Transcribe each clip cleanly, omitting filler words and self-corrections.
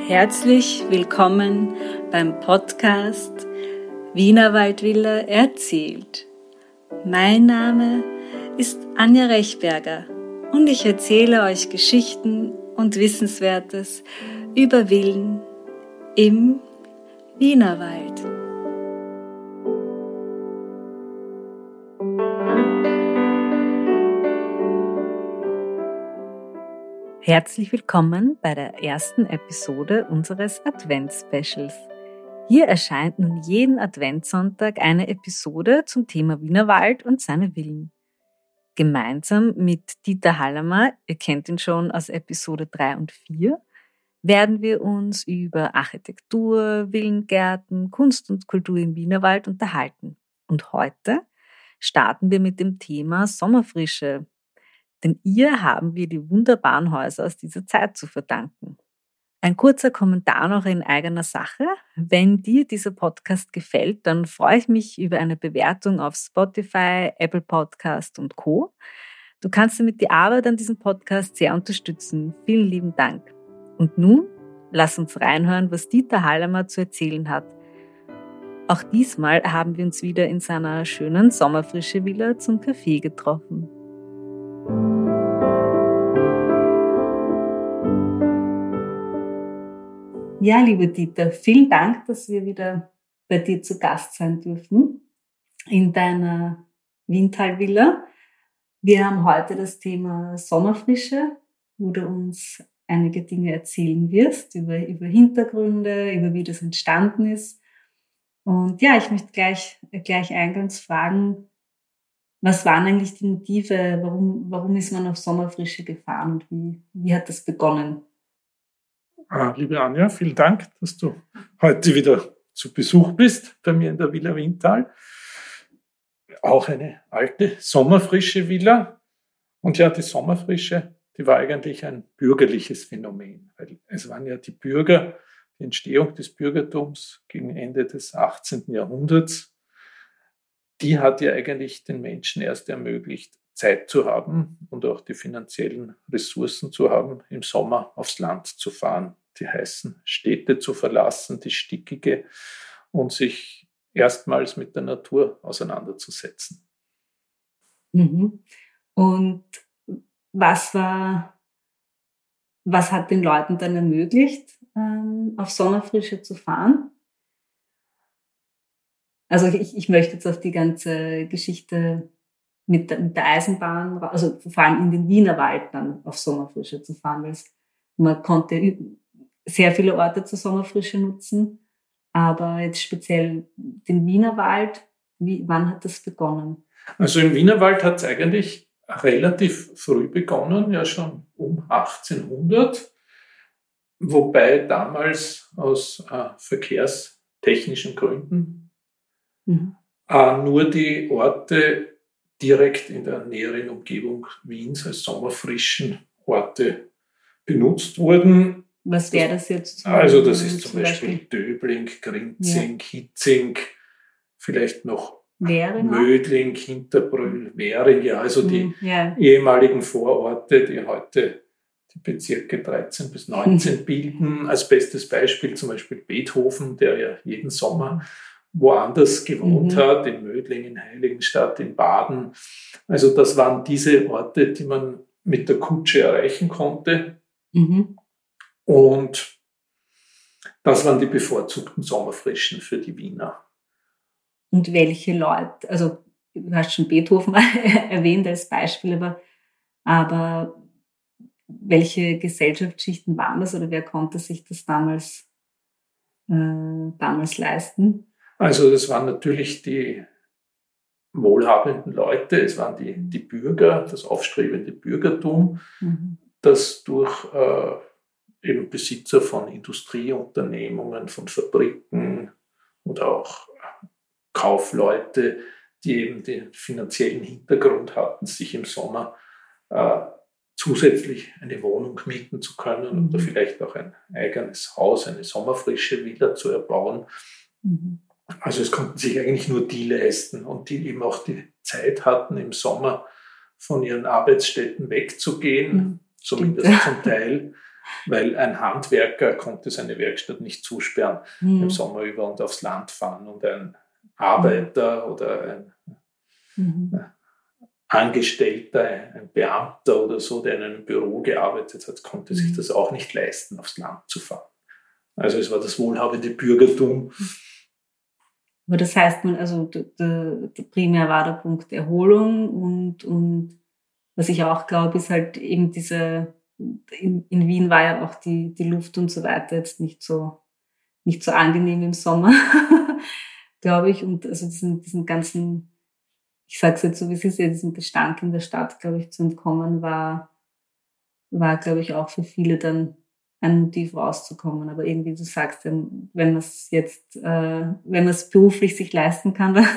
Herzlich willkommen beim Podcast Wienerwaldvilla erzählt. Mein Name ist Anja Rechberger und ich erzähle euch Geschichten und Wissenswertes über Villen im Wienerwald. Herzlich willkommen bei der ersten Episode unseres Advents-Specials. Hier erscheint nun jeden Adventssonntag eine Episode zum Thema Wienerwald und seine Villen. Gemeinsam mit Dieter Hallermer, ihr kennt ihn schon aus Episode 3 und 4, werden wir uns über Architektur, Villengärten, Kunst und Kultur im Wienerwald unterhalten. Und heute starten wir mit dem Thema Sommerfrische. Denn ihr haben wir die wunderbaren Häuser aus dieser Zeit zu verdanken. Ein kurzer Kommentar noch in eigener Sache. Wenn dir dieser Podcast gefällt, dann freue ich mich über eine Bewertung auf Spotify, Apple Podcast und Co. Du kannst damit die Arbeit an diesem Podcast sehr unterstützen. Vielen lieben Dank. Und nun, lass uns reinhören, was Dieter Hallermer zu erzählen hat. Auch diesmal haben wir uns wieder in seiner schönen Sommerfrische-Villa zum Kaffee getroffen. Ja, lieber Dieter, vielen Dank, dass wir wieder bei dir zu Gast sein dürfen in deiner Wiental-Villa. Wir haben heute das Thema Sommerfrische, wo du uns einige Dinge erzählen wirst über Hintergründe, über wie das entstanden ist. Und ja, ich möchte gleich eingangs fragen, was waren eigentlich die Motive? Warum ist man auf Sommerfrische gefahren und wie hat das begonnen? Liebe Anja, vielen Dank, dass du heute wieder zu Besuch bist bei mir in der Villa Wiental. Auch eine alte Sommerfrische Villa. Und ja, die Sommerfrische, die war eigentlich ein bürgerliches Phänomen, weil es waren ja die Bürger, die Entstehung des Bürgertums gegen Ende des 18. Jahrhunderts, die hat ja eigentlich den Menschen erst ermöglicht, Zeit zu haben und auch die finanziellen Ressourcen zu haben, im Sommer aufs Land zu fahren, die heißen Städte zu verlassen, die stickige, und sich erstmals mit der Natur auseinanderzusetzen. Mhm. Und was hat den Leuten dann ermöglicht, auf Sommerfrische zu fahren? Also ich möchte jetzt auf die ganze Geschichte mit der Eisenbahn, also vor allem in den Wienerwald dann auf Sommerfrische zu fahren, weil man konnte sehr viele Orte zur Sommerfrische nutzen, aber jetzt speziell den Wienerwald, wann hat das begonnen? Also im Wienerwald hat es eigentlich relativ früh begonnen, ja schon um 1800, wobei damals aus verkehrstechnischen Gründen nur die Orte direkt in der näheren Umgebung Wiens als sommerfrischen Orte benutzt wurden. Was wäre das jetzt? Also das ist zum Beispiel Döbling, Grinzing, ja. Hitzing, vielleicht noch Währing, Mödling, Hinterbrühl, Währing, ja, also die ehemaligen Vororte, die heute die Bezirke 13 bis 19 bilden. Als bestes Beispiel zum Beispiel Beethoven, der ja jeden Sommer woanders gewohnt hat, in Mödling, in Heiligenstadt, in Baden. Also das waren diese Orte, die man mit der Kutsche erreichen konnte. Und das waren die bevorzugten Sommerfrischen für die Wiener. Und welche Leute, also du hast schon Beethoven erwähnt als Beispiel, aber welche Gesellschaftsschichten waren das oder wer konnte sich das damals leisten? Also das waren natürlich die wohlhabenden Leute, es waren die Bürger, das aufstrebende Bürgertum, das durch eben Besitzer von Industrieunternehmungen, von Fabriken oder auch Kaufleute, die eben den finanziellen Hintergrund hatten, sich im Sommer zusätzlich eine Wohnung mieten zu können oder vielleicht auch ein eigenes Haus, eine sommerfrische Villa zu erbauen. Also es konnten sich eigentlich nur die leisten und die eben auch die Zeit hatten, im Sommer von ihren Arbeitsstätten wegzugehen, zumindest zum Teil, weil ein Handwerker konnte seine Werkstatt nicht zusperren im Sommer über und aufs Land fahren und ein Arbeiter oder ein Angestellter, ein Beamter oder so, der in einem Büro gearbeitet hat, konnte sich das auch nicht leisten, aufs Land zu fahren. Also es war das wohlhabende Bürgertum. Aber das heißt, also primär war der Punkt Erholung und was ich auch glaube, ist halt eben in Wien war ja auch die Luft und so weiter jetzt nicht so angenehm im Sommer, glaube ich. Und also diesen ganzen, ich sage es jetzt so, wie es ist, diesem Gestank in der Stadt, glaube ich, zu entkommen, war, glaube ich, auch für viele dann ein Motiv rauszukommen. Aber irgendwie, du sagst, wenn man es jetzt, wenn man es beruflich sich leisten kann,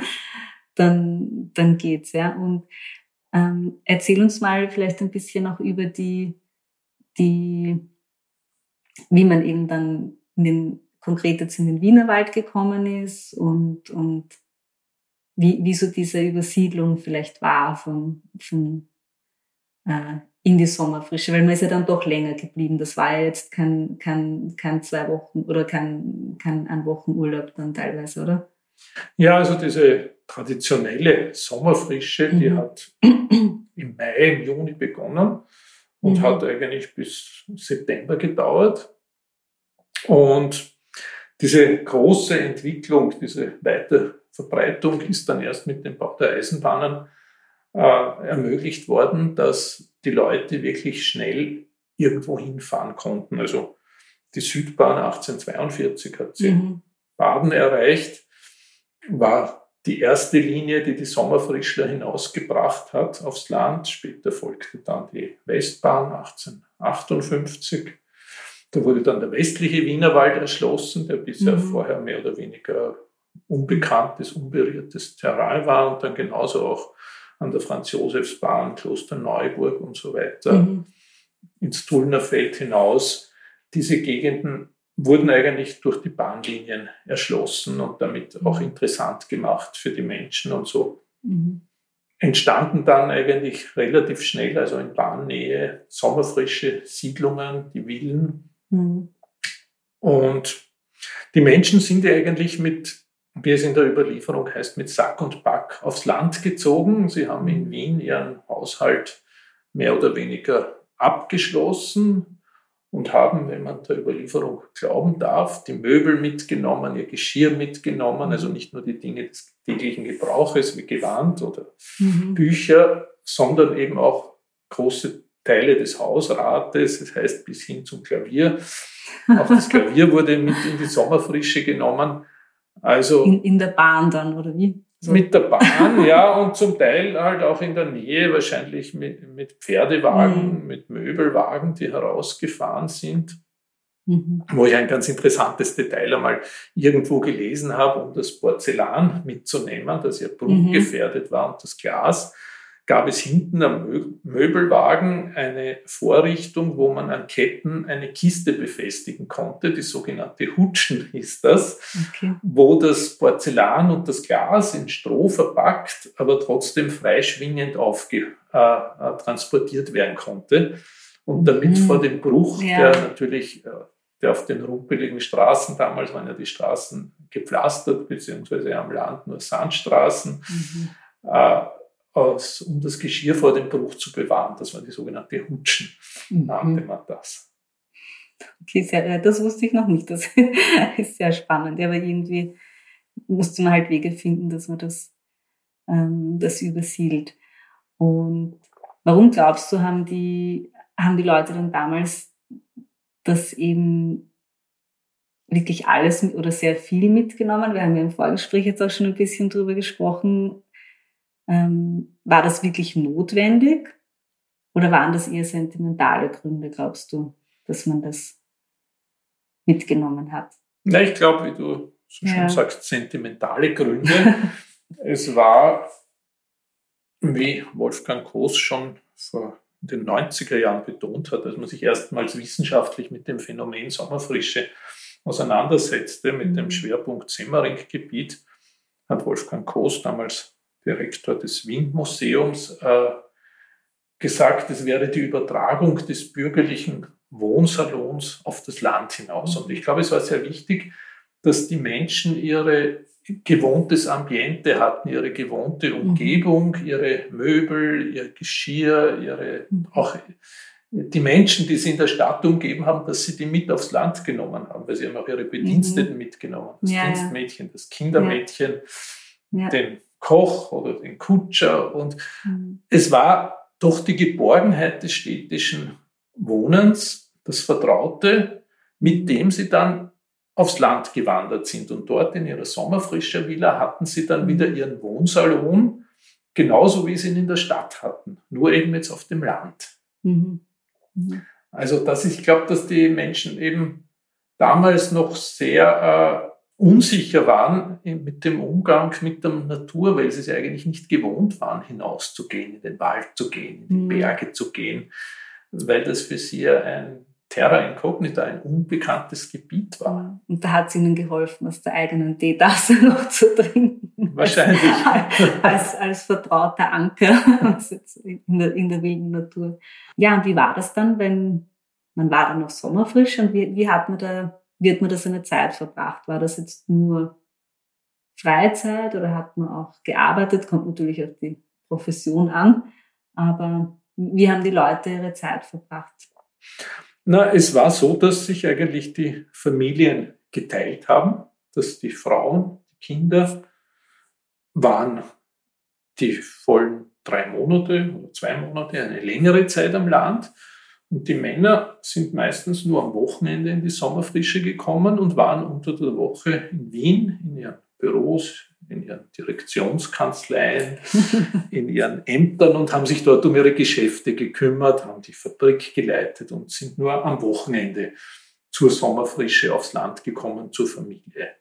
dann geht's, ja. Und erzähl uns mal vielleicht ein bisschen auch über wie man eben dann konkret jetzt in den Wienerwald gekommen ist und wie so diese Übersiedlung vielleicht war von in die Sommerfrische, weil man ist ja dann doch länger geblieben. Das war ja jetzt kein 2 Wochen oder kein ein Wochenurlaub dann teilweise, oder? Ja, also diese traditionelle Sommerfrische, die hat im Mai, im Juni begonnen und hat eigentlich bis September gedauert. Und diese große Entwicklung, diese Weiterverbreitung ist dann erst mit dem Bau der Eisenbahnen ermöglicht worden, dass die Leute wirklich schnell irgendwo hinfahren konnten. Also die Südbahn 1842 hat sie Baden erreicht, war die erste Linie, die Sommerfrischler hinausgebracht hat aufs Land. Später folgte dann die Westbahn 1858. Da wurde dann der westliche Wienerwald erschlossen, der bisher vorher mehr oder weniger unbekanntes, unberührtes Terrain war und dann genauso auch an der Franz-Josefs-Bahn, Klosterneuburg und so weiter ins Tullnerfeld hinaus. Diese Gegenden wurden eigentlich durch die Bahnlinien erschlossen und damit auch interessant gemacht für die Menschen und so. Entstanden dann eigentlich relativ schnell, also in Bahnnähe, sommerfrische Siedlungen, die Villen. Und die Menschen sind ja eigentlich wie es in der Überlieferung heißt, mit Sack und Pack aufs Land gezogen. Sie haben in Wien ihren Haushalt mehr oder weniger abgeschlossen und haben, wenn man der Überlieferung glauben darf, die Möbel mitgenommen, ihr Geschirr mitgenommen, also nicht nur die Dinge des täglichen Gebrauches wie Gewand oder Bücher, sondern eben auch große Teile des Hausrates, das heißt bis hin zum Klavier. Auch das Klavier wurde mit in die Sommerfrische genommen. Also in der Bahn dann, oder wie? So. Mit der Bahn, ja, und zum Teil halt auch in der Nähe, wahrscheinlich mit Pferdewagen, mit Möbelwagen, die herausgefahren sind. Wo ich ein ganz interessantes Detail einmal irgendwo gelesen habe, um das Porzellan mitzunehmen, das ja bruchgefährdet war, und das Glas, gab es hinten am Möbelwagen eine Vorrichtung, wo man an Ketten eine Kiste befestigen konnte, die sogenannte Hutschen hieß das, wo das Porzellan und das Glas in Stroh verpackt, aber trotzdem freischwingend transportiert werden konnte. Und damit vor dem Bruch, der auf den rumpeligen Straßen, damals waren ja die Straßen gepflastert, beziehungsweise am Land nur Sandstraßen, um das Geschirr vor dem Bruch zu bewahren. Das war die sogenannte Hutschen, nannte man das. Okay, das wusste ich noch nicht. Das ist sehr spannend. Aber irgendwie musste man halt Wege finden, dass man das übersiedelt. Und warum glaubst du, haben die Leute dann damals das eben wirklich alles oder sehr viel mitgenommen? Wir haben ja im Vorgespräch jetzt auch schon ein bisschen drüber gesprochen. War das wirklich notwendig oder waren das eher sentimentale Gründe, glaubst du, dass man das mitgenommen hat? Ja, ich glaube, wie du so schön sagst, sentimentale Gründe. Es war, wie Wolfgang Koos schon in den 90er Jahren betont hat, dass man sich erstmals wissenschaftlich mit dem Phänomen Sommerfrische auseinandersetzte, mit dem Schwerpunkt Semmering-Gebiet, hat Wolfgang Koos, damals Direktor des Wien-Museums, gesagt, es wäre die Übertragung des bürgerlichen Wohnsalons auf das Land hinaus. Und ich glaube, es war sehr wichtig, dass die Menschen ihre gewohntes Ambiente hatten, ihre gewohnte Umgebung, ihre Möbel, ihr Geschirr, auch die Menschen, die sie in der Stadt umgeben haben, dass sie die mit aufs Land genommen haben, weil sie haben auch ihre Bediensteten mitgenommen, das Dienstmädchen, das Kindermädchen, den Koch oder den Kutscher. Und es war doch die Geborgenheit des städtischen Wohnens, das Vertraute, mit dem sie dann aufs Land gewandert sind. Und dort in ihrer Sommerfrischer-Villa hatten sie dann wieder ihren Wohnsalon, genauso wie sie ihn in der Stadt hatten, nur eben jetzt auf dem Land. Also ich glaube, dass die Menschen eben damals noch sehr unsicher waren mit dem Umgang mit der Natur, weil sie es ja eigentlich nicht gewohnt waren, hinauszugehen, in den Wald zu gehen, in die Berge zu gehen, weil das für sie ein Terra Incognita, ein unbekanntes Gebiet war. Und da hat es ihnen geholfen, aus der eigenen Teetasse noch zu trinken. Wahrscheinlich. Als vertrauter Anker in der wilden Natur. Ja, und wie war das dann, wenn man war dann noch sommerfrisch und wie hat man da seine Zeit verbracht? War das jetzt nur Freizeit oder hat man auch gearbeitet? Kommt natürlich auf die Profession an. Aber wie haben die Leute ihre Zeit verbracht? Na, es war so, dass sich eigentlich die Familien geteilt haben, dass die Frauen, die Kinder waren die vollen 3 Monate oder 2 Monate, eine längere Zeit am Land. Und die Männer sind meistens nur am Wochenende in die Sommerfrische gekommen und waren unter der Woche in Wien, in ihren Büros, in ihren Direktionskanzleien, in ihren Ämtern und haben sich dort um ihre Geschäfte gekümmert, haben die Fabrik geleitet und sind nur am Wochenende zur Sommerfrische aufs Land gekommen, zur Familie.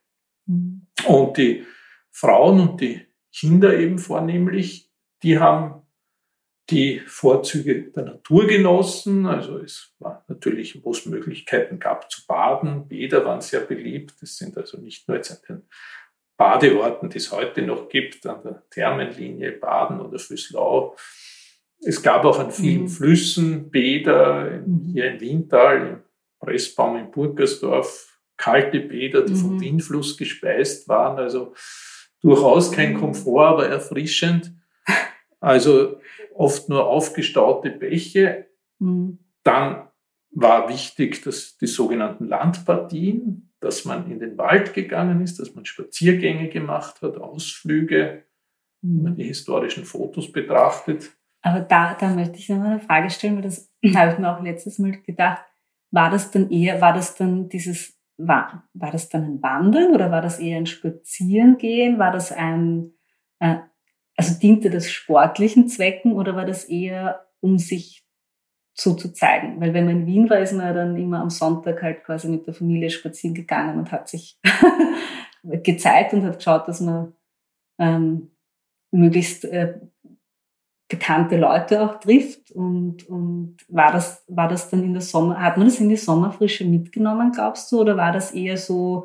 Und die Frauen und die Kinder eben vornehmlich, die haben die Vorzüge der Natur genossen. Also es war natürlich, wo es Möglichkeiten gab zu baden. Bäder waren sehr beliebt. Es sind also nicht nur jetzt an den Badeorten, die es heute noch gibt, an der Thermenlinie Baden oder Füßlau. Es gab auch an vielen Flüssen Bäder, hier im Wiental, im Pressbaum, in Burgersdorf, kalte Bäder, die vom Wienfluss gespeist waren. Also durchaus kein Komfort, aber erfrischend. Also oft nur aufgestaute Bäche. Dann war wichtig, dass die sogenannten Landpartien, dass man in den Wald gegangen ist, dass man Spaziergänge gemacht hat, Ausflüge, wenn man die historischen Fotos betrachtet. Aber da möchte ich noch eine Frage stellen, weil das habe ich mir auch letztes Mal gedacht, war das dann ein Wandern oder war das eher ein Spazierengehen? War das also diente das sportlichen Zwecken oder war das eher, um sich so zu zeigen? Weil wenn man in Wien war, ist man ja dann immer am Sonntag halt quasi mit der Familie spazieren gegangen und hat sich gezeigt und hat geschaut, dass man möglichst bekannte Leute auch trifft. Und war das dann in der hat man das in die Sommerfrische mitgenommen, glaubst du? Oder war das eher so,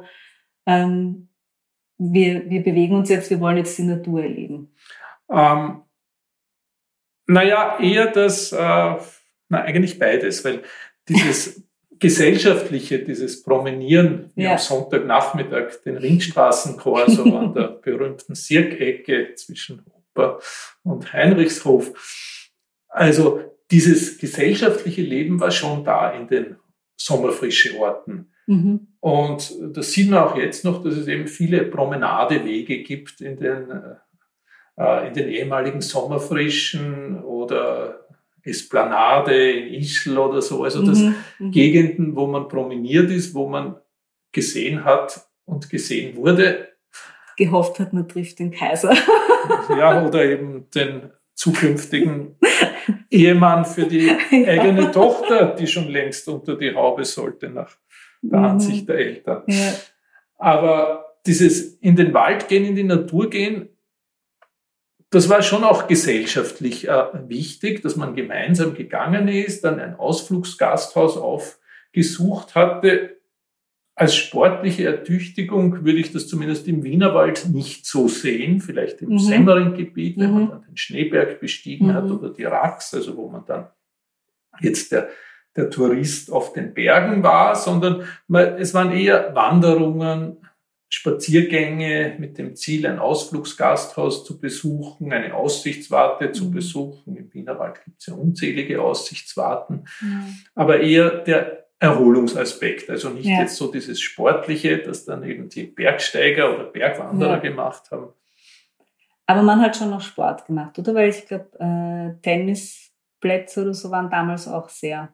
wir bewegen uns jetzt, wir wollen jetzt die Natur erleben? Eher eigentlich beides, weil dieses Gesellschaftliche, dieses Promenieren wie am Sonntagnachmittag, den Ringstraßenchor so an der berühmten Sirkecke zwischen Oper und Heinrichshof. Also dieses gesellschaftliche Leben war schon da in den Sommerfrische-Orten. Und das sieht man auch jetzt noch, dass es eben viele Promenadewege gibt in den ehemaligen Sommerfrischen oder Esplanade in Ischl oder so. Also das Gegenden, wo man promeniert ist, wo man gesehen hat und gesehen wurde. Gehofft hat, man trifft den Kaiser. Ja, oder eben den zukünftigen Ehemann für die eigene Tochter, die schon längst unter die Haube sollte, nach der Ansicht der Eltern. Ja. Aber dieses in den Wald gehen, in die Natur gehen, das war schon auch gesellschaftlich wichtig, dass man gemeinsam gegangen ist, dann ein Ausflugsgasthaus aufgesucht hatte. Als sportliche Ertüchtigung würde ich das zumindest im Wienerwald nicht so sehen, vielleicht im Semmering-Gebiet, wenn man dann den Schneeberg bestiegen hat oder die Rax, also wo man dann jetzt der der Tourist auf den Bergen war, sondern es waren eher Wanderungen, Spaziergänge mit dem Ziel, ein Ausflugsgasthaus zu besuchen, eine Aussichtswarte zu besuchen. Im Wienerwald gibt es ja unzählige Aussichtswarten, aber eher der Erholungsaspekt, also nicht jetzt so dieses Sportliche, das dann eben die Bergsteiger oder Bergwanderer gemacht haben. Aber man hat schon noch Sport gemacht, oder? Weil ich glaube, Tennisplätze oder so waren damals auch sehr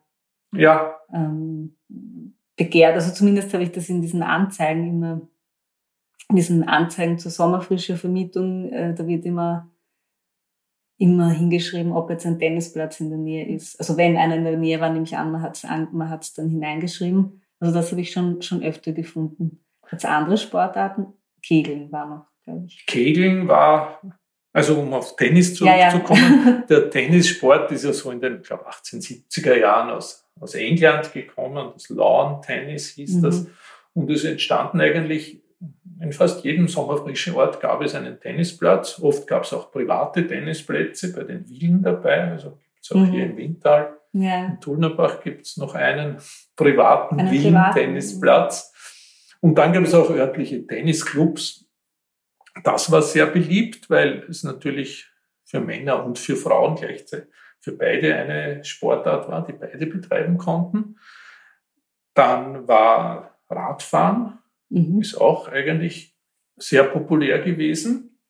begehrt. Also zumindest habe ich das in diesen Anzeigen immer, in diesen Anzeigen zur Sommerfrische-Vermietung, da wird immer hingeschrieben, ob jetzt ein Tennisplatz in der Nähe ist. Also wenn einer in der Nähe war, nehme ich an, man hat es dann hineingeschrieben. Also das habe ich schon öfter gefunden. Als andere Sportarten, Kegeln war noch, glaube ich. Kegeln war, also um auf Tennis zurückzukommen, der Tennissport ist ja so in den, glaube 1870er Jahren aus England gekommen. Das Lawn Tennis hieß das. Und es entstanden eigentlich in fast jedem sommerfrischen Ort gab es einen Tennisplatz. Oft gab es auch private Tennisplätze bei den Villen dabei. Also gibt es auch hier im Windtal. In Tulnerbach gibt es noch einen privaten Villen-Tennisplatz. Und dann gab es auch örtliche Tennisclubs. Das war sehr beliebt, weil es natürlich für Männer und für Frauen gleichzeitig für beide eine Sportart war, die beide betreiben konnten. Dann war Radfahren. Ist auch eigentlich sehr populär gewesen.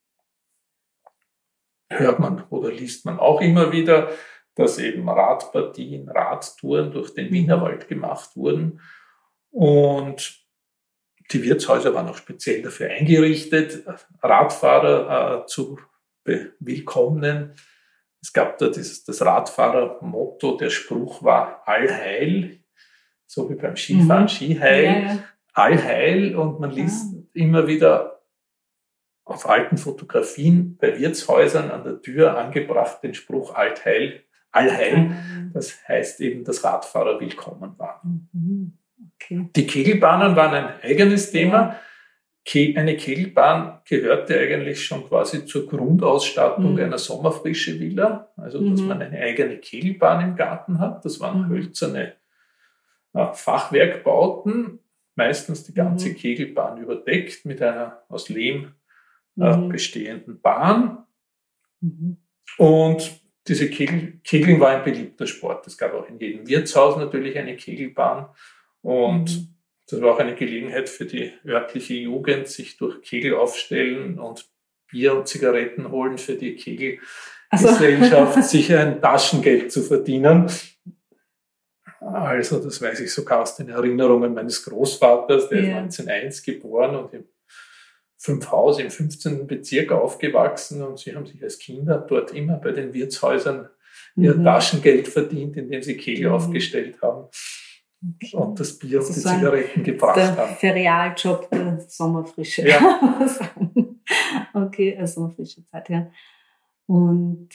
Hört man oder liest man auch immer wieder, dass eben Radpartien, Radtouren durch den Wienerwald gemacht wurden. Und die Wirtshäuser waren auch speziell dafür eingerichtet, Radfahrer zu bewillkommnen. Es gab da das Radfahrermotto, der Spruch war Allheil, so wie beim Skifahren, Skiheil. Allheil, und man liest immer wieder auf alten Fotografien bei Wirtshäusern an der Tür angebracht den Spruch Allheil. Das heißt eben, dass Radfahrer willkommen waren. Okay. Die Kegelbahnen waren ein eigenes Thema. Eine Kegelbahn gehörte eigentlich schon quasi zur Grundausstattung einer Sommerfrische-Villa. Also, dass man eine eigene Kegelbahn im Garten hat. Das waren hölzerne Fachwerkbauten. Meistens die ganze Kegelbahn überdeckt mit einer aus Lehm bestehenden Bahn. Und diese Kegeln war ein beliebter Sport. Es gab auch in jedem Wirtshaus natürlich eine Kegelbahn. Und das war auch eine Gelegenheit für die örtliche Jugend, sich durch Kegel aufstellen und Bier und Zigaretten holen für die Kegelgesellschaft, sich ein Taschengeld zu verdienen. Also das weiß ich sogar aus den Erinnerungen meines Großvaters, der ist 1901 geboren und im 5-Haus im 15. Bezirk aufgewachsen, und sie haben sich als Kinder dort immer bei den Wirtshäusern ihr Taschengeld verdient, indem sie Kegel aufgestellt haben und das Bier und die Zigaretten gebracht haben. Der Ferialjob der Sommerfrische. Okay, also Sommerfrische Zeit, Und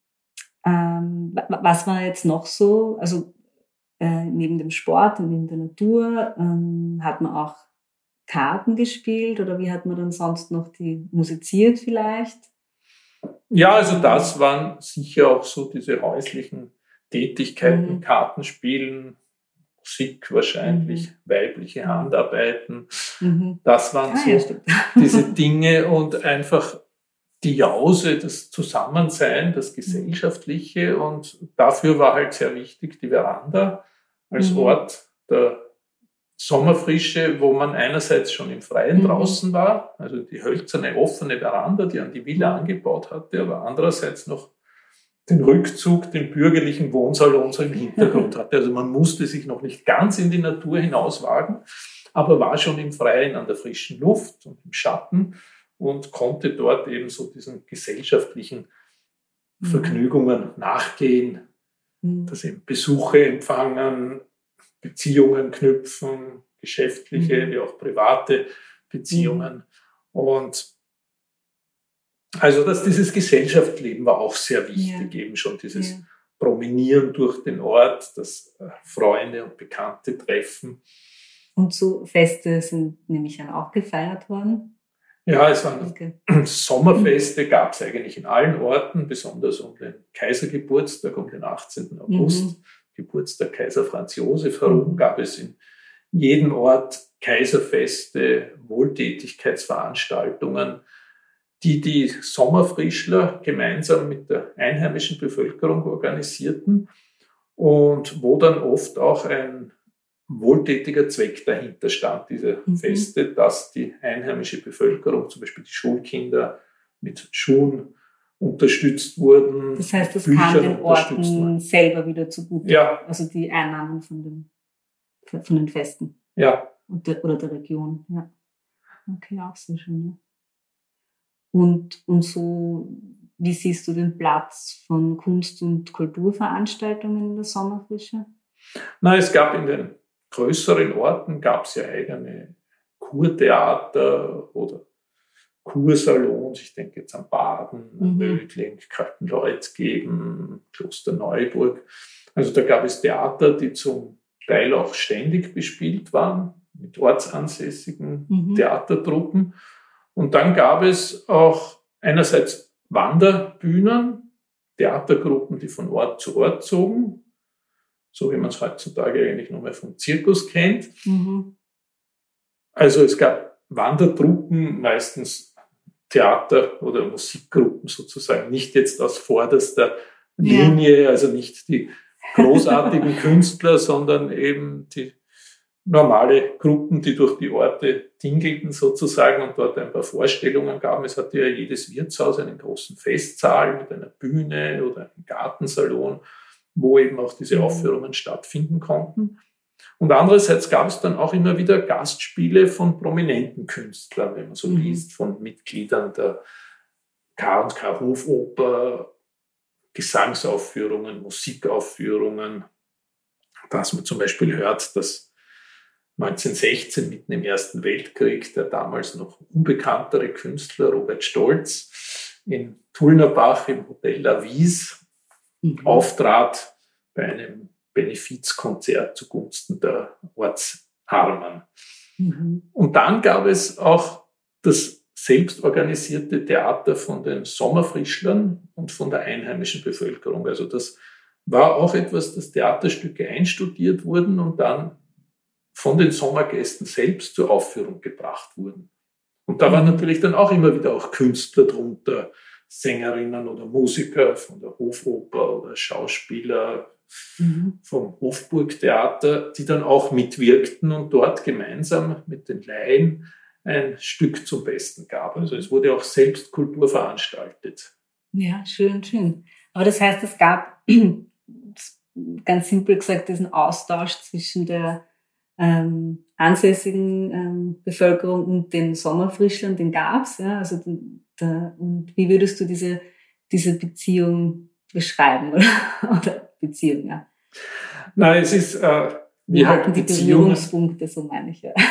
was war jetzt noch so? Also neben dem Sport und neben der Natur hat man auch Karten gespielt, oder wie hat man dann sonst noch musiziert vielleicht? Ja, also das waren sicher auch so diese häuslichen Tätigkeiten, Kartenspielen, Musik wahrscheinlich, weibliche Handarbeiten. Das waren so diese Dinge, und einfach die Jause, das Zusammensein, das Gesellschaftliche, und dafür war halt sehr wichtig die Veranda als Ort der Sommerfrische, wo man einerseits schon im Freien draußen war, also die hölzerne offene Veranda, die an die Villa angebaut hatte, aber andererseits noch den Rückzug, den bürgerlichen Wohnsalon so im Hintergrund hatte. Also man musste sich noch nicht ganz in die Natur hinauswagen, aber war schon im Freien an der frischen Luft und im Schatten und konnte dort eben so diesen gesellschaftlichen Vergnügungen nachgehen, dass eben Besuche empfangen, Beziehungen knüpfen, geschäftliche wie auch private Beziehungen. Und also dieses Gesellschaftsleben war auch sehr wichtig, eben schon dieses Promenieren durch den Ort, das Freunde und Bekannte treffen. Und so Feste sind nämlich dann auch gefeiert worden? Ja, es waren Sommerfeste, gab es eigentlich in allen Orten, besonders um den Kaisergeburtstag, um den 18. August. Geburtstag Kaiser Franz Josef herum gab es in jedem Ort Kaiserfeste, Wohltätigkeitsveranstaltungen, die Sommerfrischler gemeinsam mit der einheimischen Bevölkerung organisierten und wo dann oft auch ein wohltätiger Zweck dahinter stand, diese Feste, dass die einheimische Bevölkerung, zum Beispiel die Schulkinder, mit Schuhen unterstützt wurden. Das heißt, das kam den Orten selber wieder zugute. Ja. Also die Einnahmen von den Festen. Ja. Oder der Region. Ja. Okay, auch sehr schön. Ja. Und so, wie siehst du den Platz von Kunst- und Kulturveranstaltungen in der Sommerfrische? Na, es gab in den größeren Orten gab's ja eigene Kurtheater oder Kursalons. Ich denke jetzt an Baden, Mödling, Kaltenleutgeben, Klosterneuburg. Also da gab es Theater, die zum Teil auch ständig bespielt waren mit ortsansässigen Theatertruppen. Und dann gab es auch einerseits Wanderbühnen, Theatergruppen, die von Ort zu Ort zogen, so wie man es heutzutage eigentlich nur mehr vom Zirkus kennt. Also es gab Wandertruppen, meistens Theater- oder Musikgruppen sozusagen, nicht jetzt aus vorderster Linie, also nicht die großartigen Künstler, sondern eben die normale Gruppen, die durch die Orte tingelten sozusagen und dort ein paar Vorstellungen gaben. Es hatte ja jedes Wirtshaus einen großen Festsaal mit einer Bühne oder einem Gartensalon, wo eben auch diese Aufführungen stattfinden konnten. Und andererseits gab es dann auch immer wieder Gastspiele von prominenten Künstlern, wenn man so liest, von Mitgliedern der K&K Hofoper, Gesangsaufführungen, Musikaufführungen, dass man zum Beispiel hört, dass 1916, mitten im Ersten Weltkrieg, der damals noch unbekanntere Künstler Robert Stolz in Tullnerbach im Hotel La Wies auftrat bei einem Benefizkonzert zugunsten der Ortsarmen. Und dann gab es auch das selbstorganisierte Theater von den Sommerfrischlern und von der einheimischen Bevölkerung. Also das war auch etwas, dass Theaterstücke einstudiert wurden und dann von den Sommergästen selbst zur Aufführung gebracht wurden. Und da waren natürlich dann auch immer wieder auch Künstler drunter, Sängerinnen oder Musiker von der Hofoper oder Schauspieler vom Hofburgtheater, die dann auch mitwirkten und dort gemeinsam mit den Laien ein Stück zum Besten gab. Also es wurde auch selbst Kultur veranstaltet. Ja, schön, schön. Aber das heißt, es gab, ganz simpel gesagt, diesen Austausch zwischen der ansässigen Bevölkerung und den Sommerfrischlern, den gab's, ja, also und wie würdest du diese Beziehung beschreiben oder Beziehung, ja? Nein, es ist wie halt die Berührungspunkte, so meine ich, ja.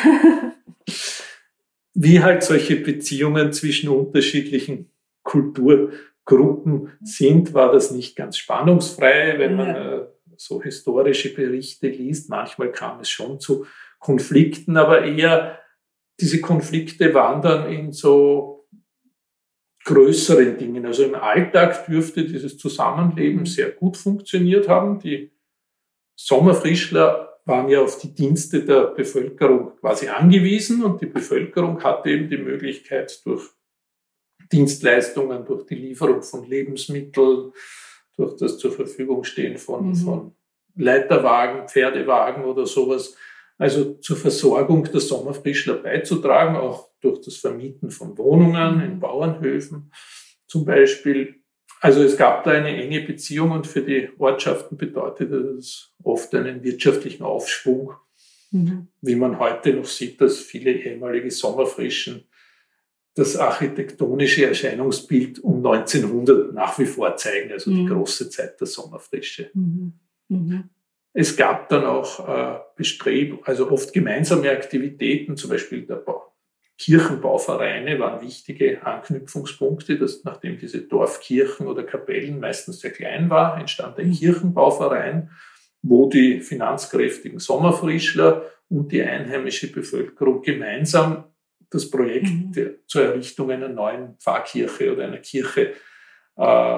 Wie halt solche Beziehungen zwischen unterschiedlichen Kulturgruppen sind, war das nicht ganz spannungsfrei, wenn man so historische Berichte liest. Manchmal kam es schon zu Konflikten, aber eher diese Konflikte waren dann in so größeren Dingen. Also im Alltag dürfte dieses Zusammenleben sehr gut funktioniert haben. Die Sommerfrischler waren ja auf die Dienste der Bevölkerung quasi angewiesen und die Bevölkerung hatte eben die Möglichkeit durch Dienstleistungen, durch die Lieferung von Lebensmitteln, durch das zur Verfügung stehen von Leiterwagen, Pferdewagen oder sowas, also zur Versorgung der Sommerfrischler beizutragen, auch durch das Vermieten von Wohnungen in Bauernhöfen zum Beispiel. Also es gab da eine enge Beziehung und für die Ortschaften bedeutete das oft einen wirtschaftlichen Aufschwung, wie man heute noch sieht, dass viele ehemalige Sommerfrischen das architektonische Erscheinungsbild um 1900 nach wie vor zeigen, also die große Zeit der Sommerfrische. Es gab dann auch Bestrebungen, also oft gemeinsame Aktivitäten, zum Beispiel der Kirchenbauvereine waren wichtige Anknüpfungspunkte, dass nachdem diese Dorfkirchen oder Kapellen meistens sehr klein war, entstand ein Kirchenbauverein, wo die finanzkräftigen Sommerfrischler und die einheimische Bevölkerung gemeinsam das Projekt zur Errichtung einer neuen Pfarrkirche oder einer Kirche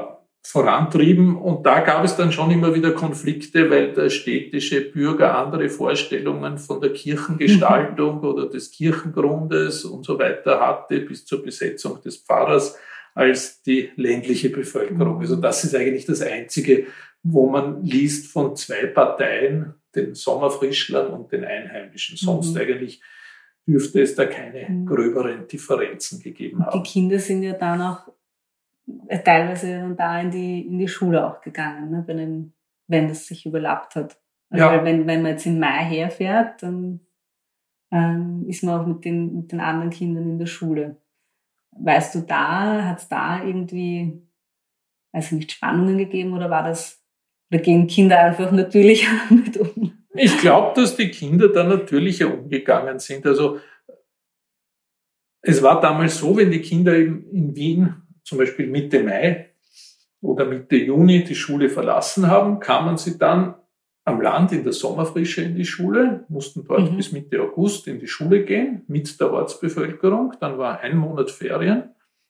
vorantrieben. Und da gab es dann schon immer wieder Konflikte, weil der städtische Bürger andere Vorstellungen von der Kirchengestaltung oder des Kirchengrundes und so weiter hatte, bis zur Besetzung des Pfarrers, als die ländliche Bevölkerung. Also das ist eigentlich das Einzige, wo man liest von zwei Parteien, den Sommerfrischlern und den Einheimischen. Sonst eigentlich dürfte es da keine gröberen Differenzen gegeben haben. Die Kinder sind ja dann auch teilweise dann da in die Schule auch gegangen, ne? Wenn das sich überlappt hat. Also weil wenn man jetzt im Mai herfährt, dann ist man auch mit den anderen Kindern in der Schule. Weißt du, hat es da irgendwie, also nicht Spannungen gegeben oder gehen Kinder einfach natürlicher damit um? Ich glaube, dass die Kinder da natürlicher umgegangen sind. Also es war damals so, wenn die Kinder in Wien zum Beispiel Mitte Mai oder Mitte Juni die Schule verlassen haben, kamen sie dann am Land in der Sommerfrische in die Schule, mussten dort bis Mitte August in die Schule gehen mit der Ortsbevölkerung. Dann war 1 Monat Ferien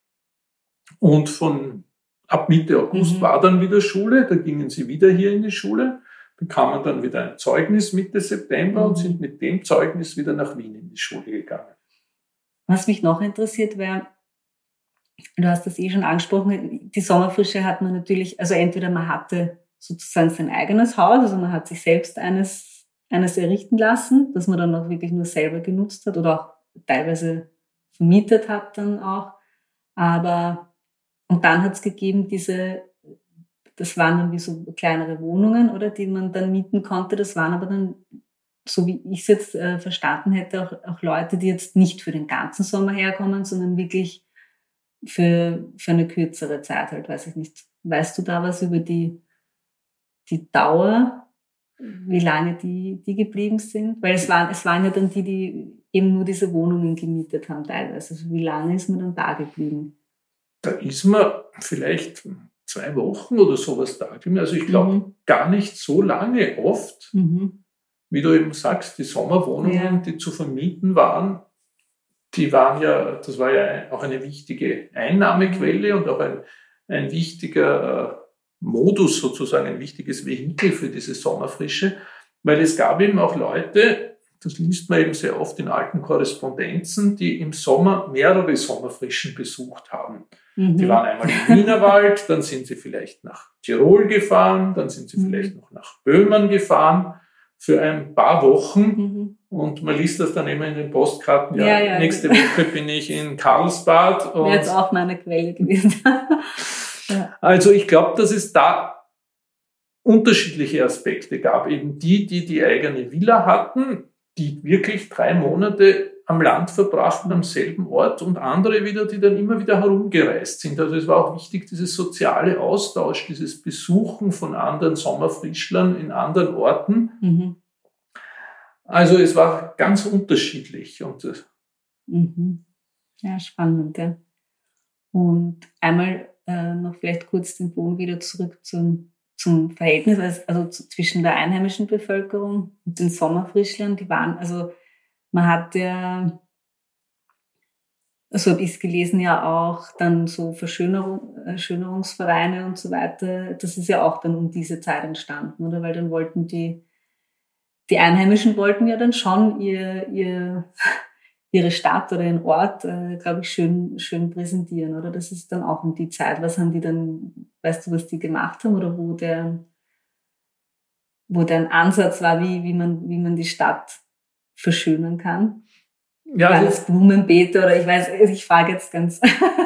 und ab Mitte August war dann wieder Schule. Da gingen sie wieder hier in die Schule, bekamen dann wieder ein Zeugnis Mitte September und sind mit dem Zeugnis wieder nach Wien in die Schule gegangen. Was mich noch interessiert wäre, du hast das schon angesprochen, die Sommerfrische hat man natürlich, also entweder man hatte sozusagen sein eigenes Haus, also man hat sich selbst eines errichten lassen, das man dann auch wirklich nur selber genutzt hat oder auch teilweise vermietet hat dann auch. Und dann hat es gegeben das waren dann wie so kleinere Wohnungen, oder, die man dann mieten konnte. Das waren aber dann, so wie ich es jetzt verstanden hätte, auch Leute, die jetzt nicht für den ganzen Sommer herkommen, sondern wirklich für eine kürzere Zeit halt, weiß ich nicht. Weißt du da was über die Dauer, wie lange die geblieben sind? Weil es waren ja dann die eben nur diese Wohnungen gemietet haben teilweise. Also wie lange ist man dann da geblieben? Da ist man vielleicht 2 Wochen oder sowas da geblieben. Also ich glaube gar nicht so lange oft, wie du eben sagst, die Sommerwohnungen, die zu vermieten waren, das war ja auch eine wichtige Einnahmequelle und auch ein wichtiger Modus sozusagen, ein wichtiges Vehikel für diese Sommerfrische, weil es gab eben auch Leute, das liest man eben sehr oft in alten Korrespondenzen, die im Sommer mehrere Sommerfrischen besucht haben. Die waren einmal im Wienerwald, dann sind sie vielleicht nach Tirol gefahren, dann sind sie vielleicht noch nach Böhmen gefahren für ein paar Wochen. Und man liest das dann immer in den Postkarten, nächste Woche bin ich in Karlsbad. Wäre jetzt auch meine Quelle gewesen. Also ich glaube, dass es da unterschiedliche Aspekte gab. Eben die eigene Villa hatten, die wirklich 3 Monate am Land verbrachten, am selben Ort, und andere wieder, die dann immer wieder herumgereist sind. Also es war auch wichtig, dieses soziale Austausch, dieses Besuchen von anderen Sommerfrischlern in anderen Orten. Also es war ganz unterschiedlich. Ja, spannend. Ja. Und einmal noch vielleicht kurz den Bogen wieder zurück zum Verhältnis, also zwischen der einheimischen Bevölkerung und den Sommerfrischlern. Die waren, also man hat ja, so habe ich es gelesen, ja auch dann so Verschönerungsvereine und so weiter. Das ist ja auch dann um diese Zeit entstanden, oder? Weil dann wollten die Einheimischen wollten ja dann schon ihre Stadt oder ihren Ort, glaube ich, schön präsentieren, oder? Das ist dann auch um die Zeit. Was haben die dann, weißt du, was die gemacht haben, oder wo der Ansatz war, wie man die Stadt verschönern kann? Ja, war das Blumenbeete oder ich frage jetzt ganz.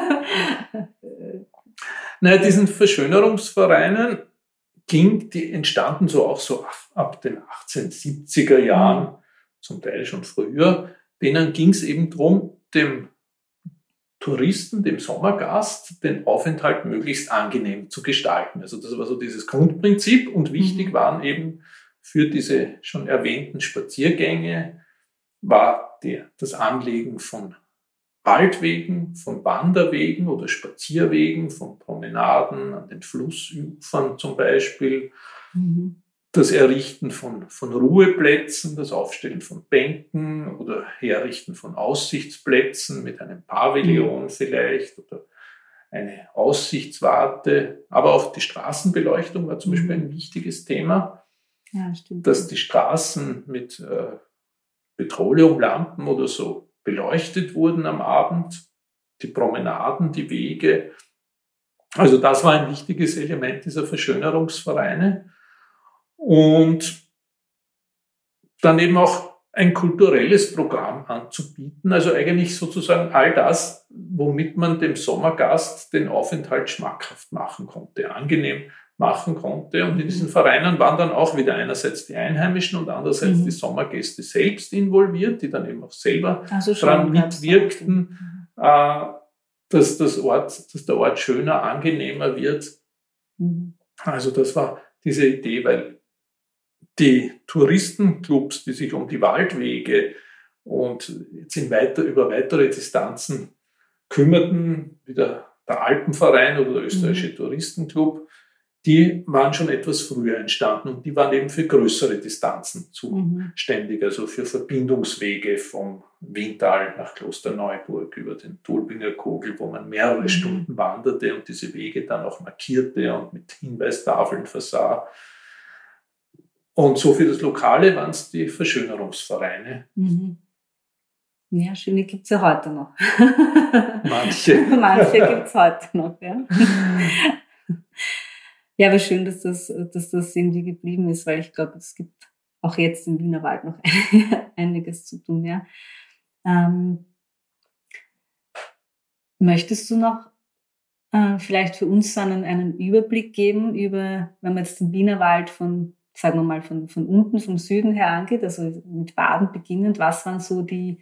Naja, diesen Verschönerungsvereinen die entstanden so auch so ab den 1870er Jahren, zum Teil schon früher. Denen ging es eben darum, dem Touristen, dem Sommergast, den Aufenthalt möglichst angenehm zu gestalten. Also das war so dieses Grundprinzip, und wichtig waren eben für diese schon erwähnten Spaziergänge war das Anlegen von Waldwegen, von Wanderwegen oder Spazierwegen, von Promenaden an den Flussufern zum Beispiel, das Errichten von Ruheplätzen, das Aufstellen von Bänken oder Herrichten von Aussichtsplätzen mit einem Pavillon vielleicht oder eine Aussichtswarte, aber auch die Straßenbeleuchtung war zum Beispiel ein wichtiges Thema, Ja, stimmt. dass die Straßen mit Petroleumlampen oder so beleuchtet wurden am Abend, die Promenaden, die Wege. Also das war ein wichtiges Element dieser Verschönerungsvereine. Und dann eben auch ein kulturelles Programm anzubieten, also eigentlich sozusagen all das, womit man dem Sommergast den Aufenthalt schmackhaft machen konnte, angenehm machen konnte. Und in diesen Vereinen waren dann auch wieder einerseits die Einheimischen und andererseits die Sommergäste selbst involviert, die dann eben auch selber daran mitwirkten, dass der Ort schöner, angenehmer wird. Also das war diese Idee, weil die Touristenclubs, die sich um die Waldwege und jetzt über weitere Distanzen kümmerten, wie der Alpenverein oder der österreichische Touristenclub, die waren schon etwas früher entstanden und die waren eben für größere Distanzen zuständig, also für Verbindungswege vom Wiental nach Klosterneuburg über den Tulpinger Kogel, wo man mehrere Stunden wanderte und diese Wege dann auch markierte und mit Hinweistafeln versah. Und so für das Lokale waren es die Verschönerungsvereine. Ja, schöne gibt es ja heute noch. Manche. Manche gibt es heute noch, ja. Ja, aber schön, dass das irgendwie geblieben ist, weil ich glaube, es gibt auch jetzt im Wienerwald noch einiges zu tun, ja. Möchtest du noch vielleicht für uns so einen Überblick geben über, wenn man jetzt den Wienerwald sagen wir mal, von unten, vom Süden her angeht, also mit Baden beginnend, was waren so die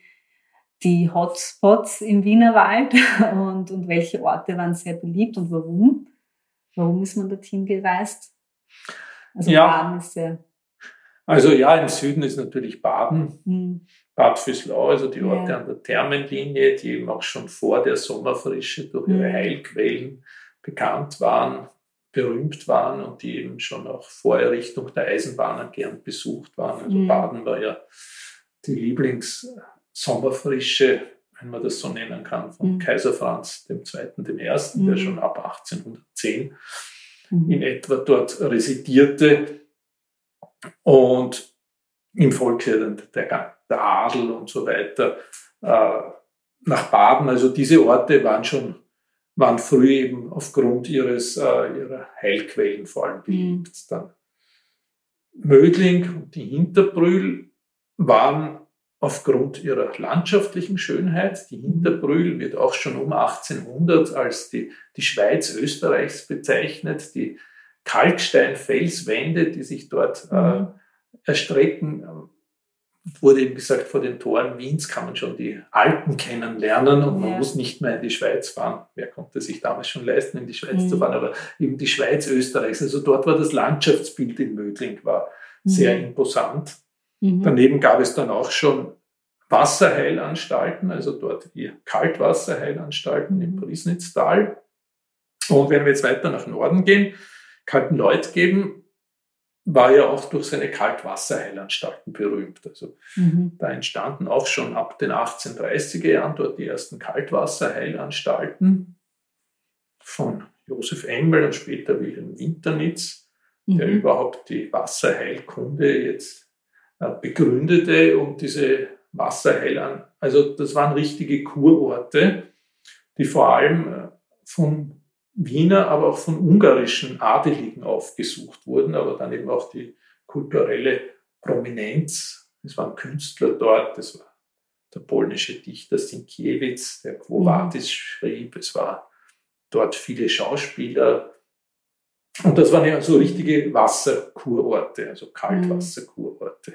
Hotspots im Wienerwald und welche Orte waren sehr beliebt und warum? Warum ist man dorthin gereist? Also ja. Baden ist sehr... Also ja, im Süden ist natürlich Baden, Bad Vöslau, also die Orte an der Thermenlinie, die eben auch schon vor der Sommerfrische durch ihre Heilquellen bekannt waren, berühmt waren und die eben schon auch vor Errichtung der Eisenbahnen gern besucht waren. Also Baden war ja die Lieblings-Sommerfrische, wenn man das so nennen kann, von Kaiser Franz II. Dem Ersten, der schon ab 1810 in etwa dort residierte und im Volk der Adel und so weiter nach Baden. Also diese Orte waren früh eben aufgrund ihrer Heilquellen vor allem beliebt. Dann Mödling und die Hinterbrühl waren aufgrund ihrer landschaftlichen Schönheit. Die Hinterbrühl wird auch schon um 1800 als die Schweiz Österreichs bezeichnet. Die Kalksteinfelswände, die sich dort erstrecken, wurde eben gesagt, vor den Toren Wiens kann man schon die Alpen kennenlernen und man muss nicht mehr in die Schweiz fahren. Wer konnte sich damals schon leisten, in die Schweiz zu fahren, aber eben die Schweiz Österreichs. Also dort war das Landschaftsbild in Mödling war sehr imposant. Daneben gab es dann auch schon Wasserheilanstalten, also dort die Kaltwasserheilanstalten im Priesnitztal. Und wenn wir jetzt weiter nach Norden gehen, Kaltenleutgeben war ja auch durch seine Kaltwasserheilanstalten berühmt. Also da entstanden auch schon ab den 1830er Jahren dort die ersten Kaltwasserheilanstalten von Josef Engel und später Wilhelm Winternitz, der überhaupt die Wasserheilkunde jetzt begründete und diese also das waren richtige Kurorte, die vor allem von Wiener, aber auch von ungarischen Adeligen aufgesucht wurden, aber dann eben auch die kulturelle Prominenz. Es waren Künstler dort, es war der polnische Dichter Sienkiewicz, der Quo Vadis schrieb, es war dort viele Schauspieler. Und das waren ja so richtige Wasserkurorte, also Kaltwasserkurorte.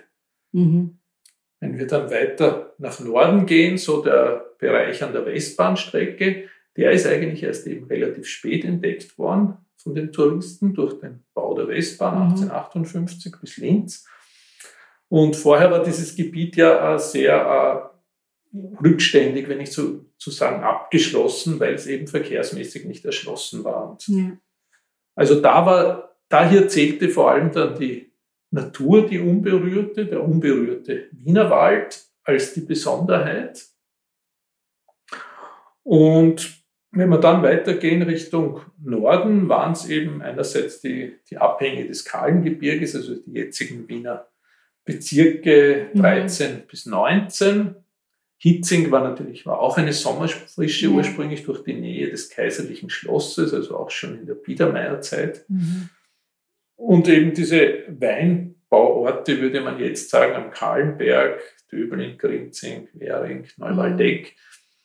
Wenn wir dann weiter nach Norden gehen, so der Bereich an der Westbahnstrecke, der ist eigentlich erst eben relativ spät entdeckt worden von den Touristen durch den Bau der Westbahn 1858 bis Linz. Und vorher war dieses Gebiet ja sehr rückständig, wenn nicht so zu sagen abgeschlossen, weil es eben verkehrsmäßig nicht erschlossen war. Und also daher zählte vor allem dann die Natur, der unberührte Wienerwald als die Besonderheit. Und Wenn wir dann weitergehen Richtung Norden, waren es eben einerseits die Abhänge des Kahlengebirges, also die jetzigen Wiener Bezirke 13 bis 19. Hitzing war auch eine Sommerfrische, ursprünglich durch die Nähe des kaiserlichen Schlosses, also auch schon in der Biedermeierzeit. Und eben diese Weinbauorte, würde man jetzt sagen, am Kahlenberg, Döbeln, Grinzing, Währing, Neuwaldeck,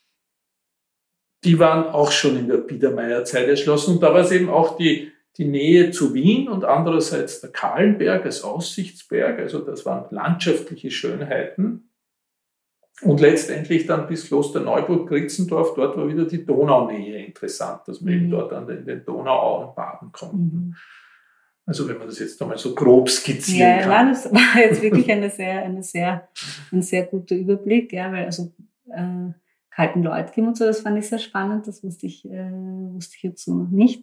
die waren auch schon in der Biedermeierzeit erschlossen. Und da war es eben auch die Nähe zu Wien und andererseits der Kahlenberg als Aussichtsberg. Also das waren landschaftliche Schönheiten. Und letztendlich dann bis Klosterneuburg-Gritzendorf, dort war wieder die Donaunähe interessant, dass man eben dort in den Donauauen baden konnte. Also wenn man das jetzt einmal so grob skizzieren kann. Ja, das war jetzt wirklich ein sehr guter Überblick, ja, weil also Kaltenleutgeben und so, das fand ich sehr spannend, das wusste ich jetzt so noch nicht.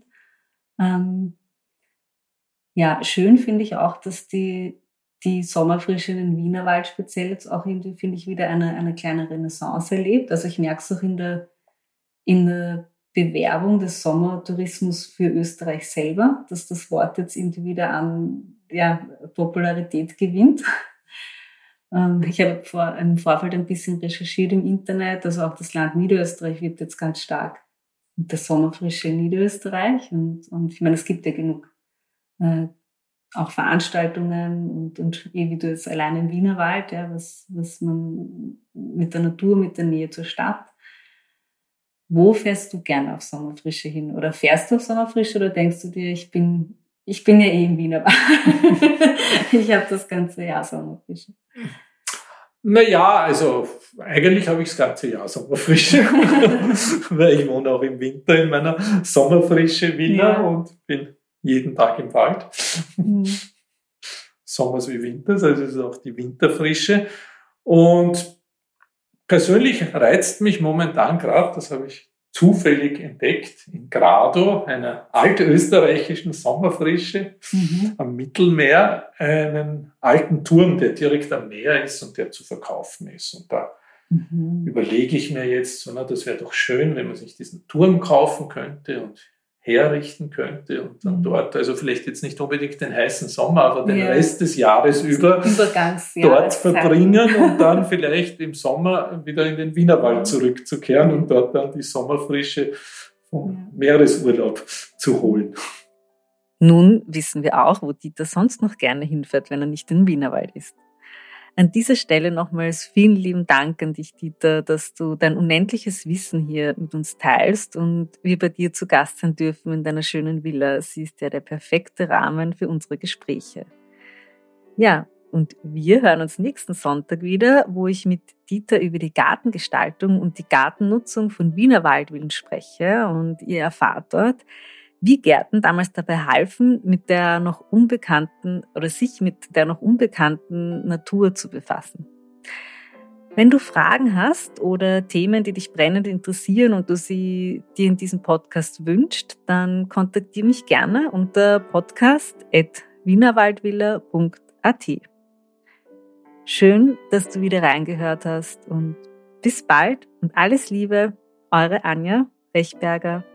Ja, schön finde ich auch, dass die Sommerfrische in den Wienerwald speziell jetzt auch irgendwie, finde ich, wieder eine kleine Renaissance erlebt. Also ich merke es auch in der Bewerbung des Sommertourismus für Österreich selber, dass das Wort jetzt irgendwie wieder an Popularität gewinnt. Ich habe im Vorfeld ein bisschen recherchiert im Internet, also auch das Land Niederösterreich wird jetzt ganz stark mit der Sommerfrische in Niederösterreich und ich meine, es gibt ja genug auch Veranstaltungen und wie du jetzt allein im Wienerwald, ja, was man mit der Natur, mit der Nähe zur Stadt. Wo fährst du gerne auf Sommerfrische hin? Oder fährst du auf Sommerfrische oder denkst du dir, ich bin ja eh im Wienerwald. Ich habe das ganze Jahr Sommerfrische. Naja, also eigentlich habe ich das ganze Jahr Sommerfrische, weil ich wohne auch im Winter in meiner Sommerfrische Villa und bin jeden Tag im Wald. Sommers wie Winters, also es ist auch die Winterfrische. Und persönlich reizt mich momentan gerade, das habe ich zufällig entdeckt, in Grado, einer altösterreichischen Sommerfrische am Mittelmeer, einen alten Turm, der direkt am Meer ist und der zu verkaufen ist. Und da überlege ich mir jetzt, so, das wäre doch schön, wenn man sich diesen Turm kaufen könnte und herrichten könnte und dann dort, also vielleicht jetzt nicht unbedingt den heißen Sommer, aber den Rest des Jahres über dort verbringen und dann vielleicht im Sommer wieder in den Wienerwald zurückzukehren und dort dann die Sommerfrische vom Meeresurlaub zu holen. Nun wissen wir auch, wo Dieter sonst noch gerne hinfährt, wenn er nicht im Wienerwald ist. An dieser Stelle nochmals vielen lieben Dank an dich, Dieter, dass du dein unendliches Wissen hier mit uns teilst und wir bei dir zu Gast sein dürfen in deiner schönen Villa. Sie ist ja der perfekte Rahmen für unsere Gespräche. Ja, und wir hören uns nächsten Sonntag wieder, wo ich mit Dieter über die Gartengestaltung und die Gartennutzung von Wiener Waldvillen spreche und ihr erfahrt dort, wie Gärten damals dabei halfen, sich mit der noch unbekannten Natur zu befassen. Wenn du Fragen hast oder Themen, die dich brennend interessieren und du sie dir in diesem Podcast wünschst, dann kontaktiere mich gerne unter podcast@wienerwaldvilla.at. Schön, dass du wieder reingehört hast und bis bald und alles Liebe, eure Anja Rechberger.